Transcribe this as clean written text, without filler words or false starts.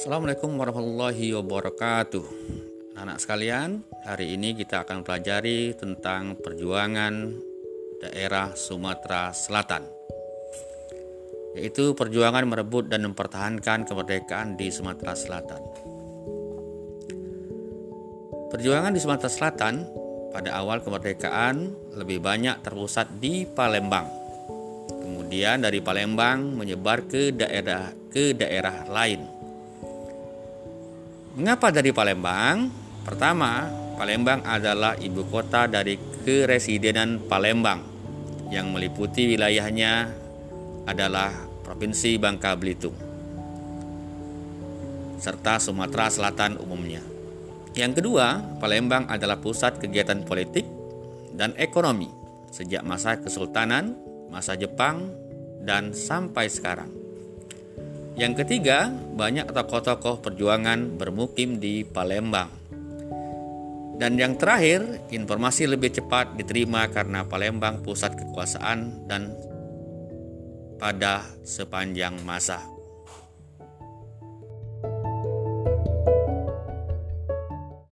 Assalamualaikum warahmatullahi wabarakatuh. Anak sekalian, hari ini kita akan pelajari tentang perjuangan daerah Sumatera Selatan, yaitu perjuangan merebut dan mempertahankan kemerdekaan di Sumatera Selatan. Perjuangan di Sumatera Selatan pada awal kemerdekaan lebih banyak terpusat di Palembang. Kemudian dari Palembang menyebar ke daerah lain. Mengapa dari Palembang? Pertama, Palembang adalah ibu kota dari Keresidenan Palembang yang meliputi wilayahnya adalah Provinsi Bangka Belitung serta Sumatera Selatan umumnya. Yang kedua, Palembang adalah pusat kegiatan politik dan ekonomi sejak masa Kesultanan, masa Jepang, dan sampai sekarang. Yang ketiga, banyak tokoh-tokoh perjuangan bermukim di Palembang. Dan yang terakhir, informasi lebih cepat diterima karena Palembang pusat kekuasaan dan pada sepanjang masa.